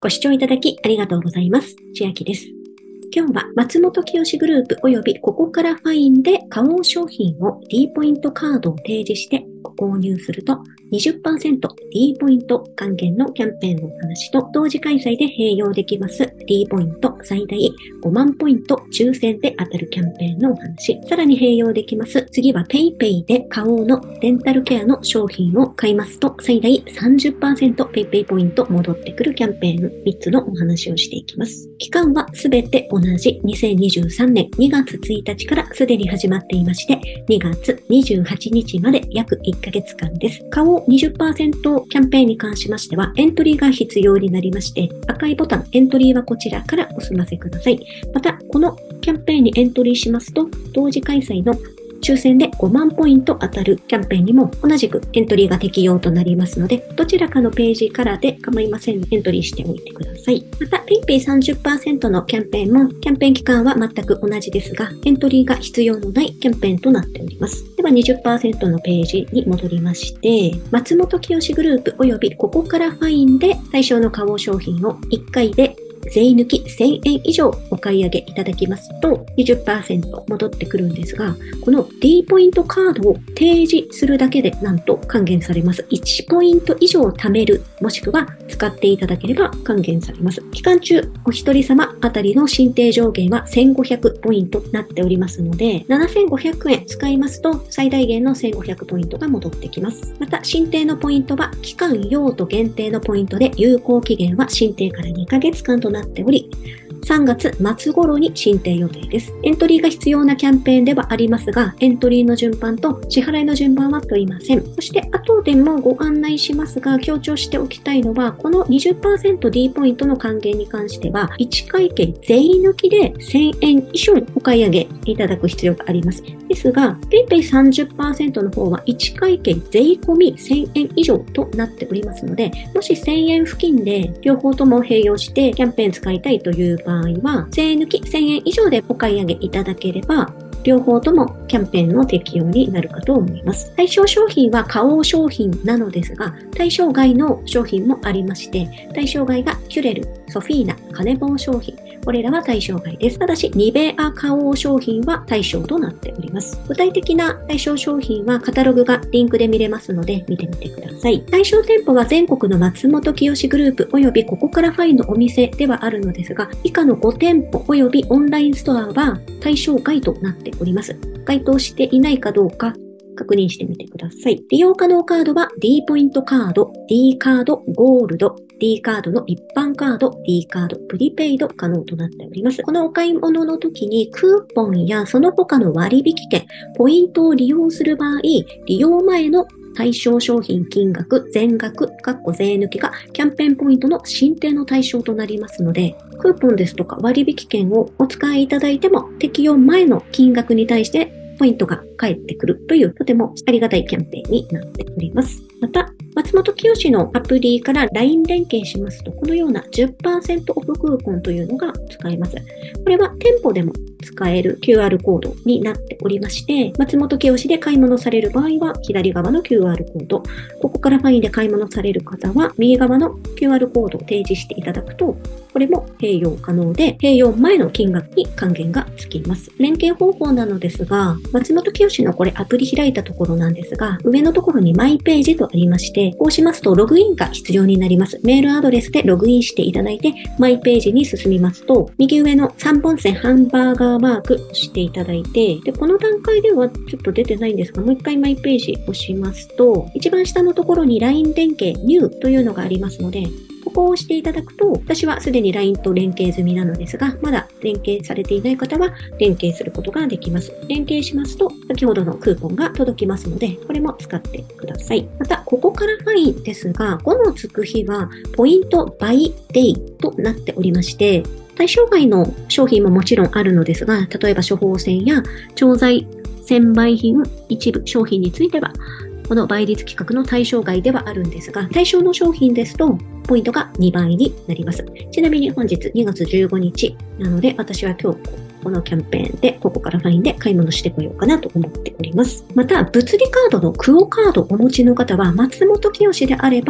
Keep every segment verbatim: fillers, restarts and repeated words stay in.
ご視聴いただきありがとうございます。千秋です。今日は松本清グループおよびここからファインで花王商品を D ポイントカードを提示してご購入すると にじゅっパーセントディー ポイント還元のキャンペーンのお話と同時開催で併用できます D ポイント最大ごまんポイント抽選で当たるキャンペーンのお話、さらに併用できます次は PayPay で花王のデンタルケアの商品を買いますと最大 さんじゅっパーセント PayPay ポイント戻ってくるキャンペーンみっつのお話をしていきます。期間はすべて同じにせんにじゅうさんねんにがつついたちからすでに始まっていましてにがつにじゅうはちにちまで約いっかげつかんです。花王 にじゅっパーセント キャンペーンに関しましてはエントリーが必要になりまして赤いボタンエントリーはこちらからお済ませください。またこのキャンペーンにエントリーしますと同時開催の抽選でごまんポイント当たるキャンペーンにも同じくエントリーが適用となりますので、どちらかのページからで構いません。エントリーしておいてください。また PayPayさんじゅっパーセント のキャンペーンもキャンペーン期間は全く同じですが、エントリーが必要のないキャンペーンとなっております。では にじゅっパーセント のページに戻りまして、松本清グループおよびここからファインで対象の花王商品をいっかいで税抜きせんえん以上お買い上げいただきますと にじゅっパーセント 戻ってくるんですが、この D ポイントカードを提示するだけでなんと還元されます。いちポイント以上貯めるもしくは使っていただければ還元されます。期間中お一人様あたりの申請上限はせんごひゃくポイントとなっておりますので、ななせんごひゃくえん使いますと最大限のせんごひゃくポイントが戻ってきます。また申請のポイントは期間用途限定のポイントで有効期限は申請からにかげつかんとなっておりさんがつまつ頃に申請予定です。エントリーが必要なキャンペーンではありますが、エントリーの順番と支払いの順番は問いません。そして後でもご案内しますが、強調しておきたいのは、この にじゅっパーセントディー ポイントの還元に関しては、いち会計税抜きでせんえん以上お買い上げいただく必要があります。ですが、PayPayさんじゅっパーセント の方はいち会計税込みせんえん以上となっておりますので、もしせんえん付近で両方とも併用してキャンペーン使いたいという場合は、税抜きせんえん以上でお買い上げいただければ、両方ともキャンペーンの適用になるかと思います。対象商品は花王商品なのですが、対象外の商品もありまして、対象外がキュレル、ソフィーナ、カネボウ商品、これらは対象外です。ただし、ニベア花王商品は対象となっております。具体的な対象商品はカタログがリンクで見れますので見てみてください。対象店舗は全国の松本清グループおよびここからファインのお店ではあるのですが、以下のご店舗およびオンラインストアは対象外となっております。該当していないかどうか確認してみてください。利用可能カードは D ポイントカード、D カード、ゴールド、D カードの一般カード、D カード、プリペイド可能となっております。このお買い物の時にクーポンやその他の割引券、ポイントを利用する場合、利用前の対象商品金額、全額、（税抜き）がキャンペーンポイントの申請の対象となりますので、クーポンですとか割引券をお使いいただいても適用前の金額に対してポイントが返ってくるというとてもありがたいキャンペーンになっております。また、松本清のアプリから ライン 連携しますと、このような じゅっパーセント オフクーポンというのが使えます。これは店舗でも使える キューアール コードになっておりまして、松本清で買い物される場合は左側の キューアール コード、ここからファインで買い物される方は右側の キューアール コードを提示していただくと、これも併用可能で、併用前の金額に還元がつきます。連携方法なのですが、松本清のこれアプリ開いたところなんですが、上のところにマイページとありまして、こうしますとログインが必要になります。メールアドレスでログインしていただいて、マイページに進みますと、右上のさんぼん線ハンバーガーマークを押していただいて、で、この段階ではちょっと出てないんですが、もう一回マイページ押しますと、一番下のところに ライン 連携、ニューというのがありますので、ここを押していただくと、私はすでに ライン と連携済みなのですが、まだ連携されていない方は連携することができます。連携しますと、先ほどのクーポンが届きますので、これも使ってください。また、ここからファインですが、ごのつく日は、ポイントバイデイとなっておりまして、対象外の商品ももちろんあるのですが、例えば処方箋や調剤、専売品、一部商品については、この倍率規格の対象外ではあるんですが、対象の商品ですと、ポイントがにばいになります。ちなみに本日にがつじゅうごにちなので、私は今日このキャンペーンで、ここからファインで買い物してこようかなと思っております。また、物理カードのクオカードをお持ちの方は、松本清であれば、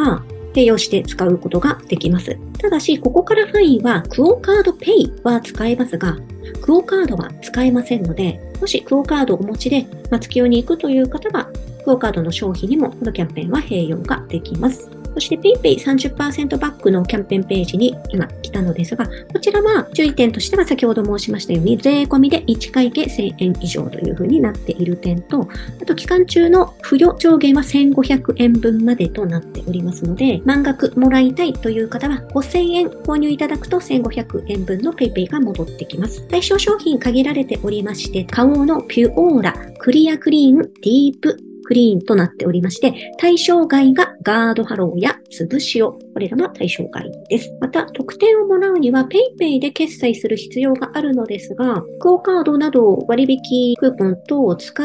併用して使うことができます。ただし、ここからファインはクオカードペイは使えますが、クオカードは使えませんので、もしクオカードをお持ちで松清に行くという方は、クオカードの商品にもこのキャンペーンは併用ができます。そして PayPay さんじゅっパーセント バックのキャンペーンページに今来たのですが、こちらは注意点としては先ほど申しましたように、税込みでいち会計せんえん以上というふうになっている点と、あと期間中の付与上限はせんごひゃくえんぶんまでとなっておりますので、満額もらいたいという方はごせんえん購入いただくとせんごひゃくえんぶんの PayPay が戻ってきます。対象商品限られておりまして、花王のピュオーラ、クリアクリーン、ディープ、クリーンとなっておりまして、対象外がガードハローやつぶしお、これらも対象外です。また、特典をもらうには PayPay で決済する必要があるのですが、クオカードなど割引クーポン等を使って、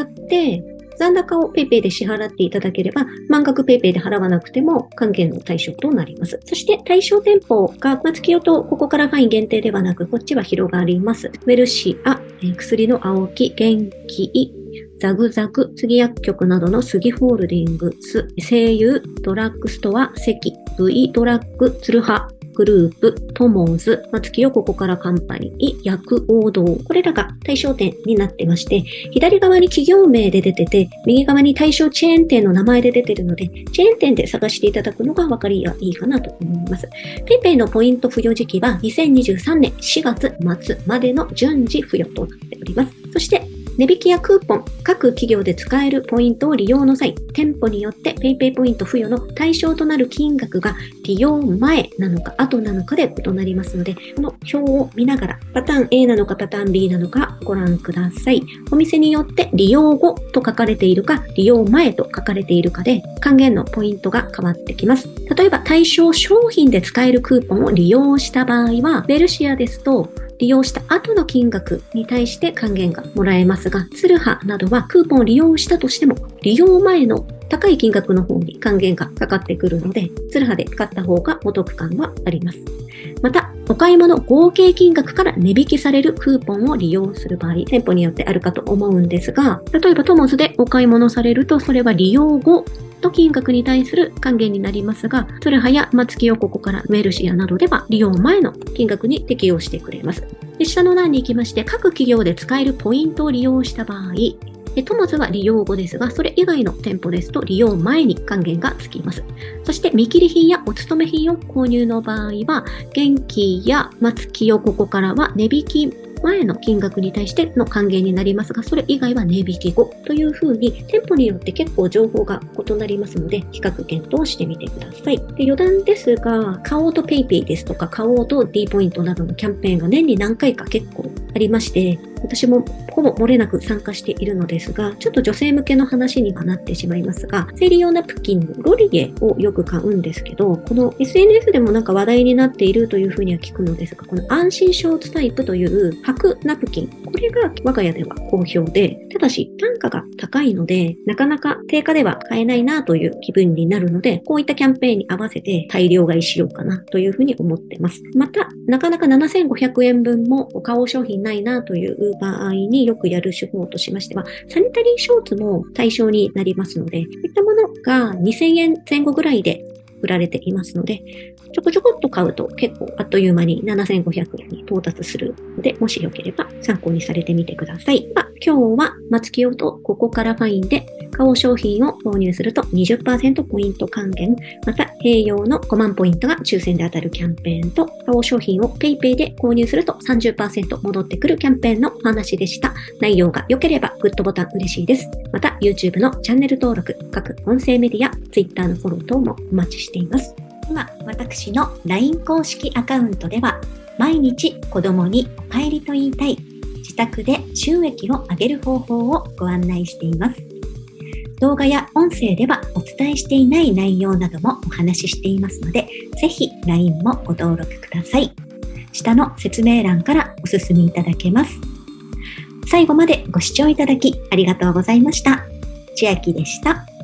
残高を PayPay で支払っていただければ、満額 PayPay で払わなくても還元の対象となります。そして対象店舗が松清とここからファイン限定ではなく、こっちは広がります。ウェルシア、薬の青木、元気、ザグザグ、杉薬局などの杉ホールディングス、西友、ドラッグストア、関、V ドラッグ、ツルハ、グループ、トモーズ、松清ここからカンパニー、薬王道、これらが対象店になってまして、左側に企業名で出てて、右側に対象チェーン店の名前で出てるので、チェーン店で探していただくのが分かりやいいかなと思います。PayPay のポイント付与時期はにせんにじゅうさんねんしがつまつまでの順次付与となっております。そして、値引きやクーポン、各企業で使えるポイントを利用の際、店舗によって PayPay ポイント付与の対象となる金額が利用前なのか後なのかで異なりますので、この表を見ながらパターン A なのかパターン B なのかご覧ください。お店によって利用後と書かれているか、利用前と書かれているかで還元のポイントが変わってきます。例えば対象商品で使えるクーポンを利用した場合は、ベルシアですと、利用した後の金額に対して還元がもらえますが、ツルハなどはクーポンを利用したとしても、利用前の高い金額の方に還元がかかってくるので、ツルハで買った方がお得感はあります。また、お買い物合計金額から値引きされるクーポンを利用する場合、店舗によってあるかと思うんですが、例えばトモズでお買い物されると、それは利用後の金額に対する還元になりますが、ツルハや松清ここからウェルシアなどでは利用前の金額に適用してくれます。で、下の欄に行きまして、各企業で使えるポイントを利用した場合、トモズは利用後ですが、それ以外の店舗ですと利用前に還元がつきます。そして見切り品やお勤め品を購入の場合は、元気や松清ここからは値引き前の金額に対しての還元になりますが、それ以外は値引き後というふうに店舗によって結構情報が異なりますので、比較検討してみてください。で、余談ですが、花王と PayPay ですとか、花王と D ポイントなどのキャンペーンが年に何回か結構ありまして、私もほぼ漏れなく参加しているのですが、ちょっと女性向けの話にはなってしまいますが、生理用ナプキンのロリエをよく買うんですけど、この エスエヌエス でもなんか話題になっているというふうには聞くのですが、この安心ショーツタイプという白ナプキン、これが我が家では好評で、ただし単価が高いので、なかなか定価では買えないなという気分になるので、こういったキャンペーンに合わせて大量買いしようかなというふうに思っています。また、なかなかななせんごひゃくえんぶんも花王商品ないなという場合によくやる手法としましては、サニタリーショーツも対象になりますので、こういったものがにせんえんぜん後ぐらいで売られていますので、ちょこちょこっと買うと結構あっという間にななせんごひゃくえんに到達するので、もしよければ参考にされてみてください。まあ、今日は松清とここからファインで花王商品を購入すると にじゅっパーセント ポイント還元、また併用のごまんポイントが抽選で当たるキャンペーンと、花王商品を PayPay で購入すると さんじゅっパーセント 戻ってくるキャンペーンのお話でした。内容が良ければグッドボタン嬉しいです。また YouTube のチャンネル登録、各音声メディア、Twitter のフォロー等もお待ちしています。今、私の ライン 公式アカウントでは、毎日子供にお帰りと言いたい、自宅で収益を上げる方法をご案内しています。動画や音声ではお伝えしていない内容などもお話ししていますので、ぜひ ライン もご登録ください。下の説明欄からお進みいただけます。最後までご視聴いただきありがとうございました。千秋でした。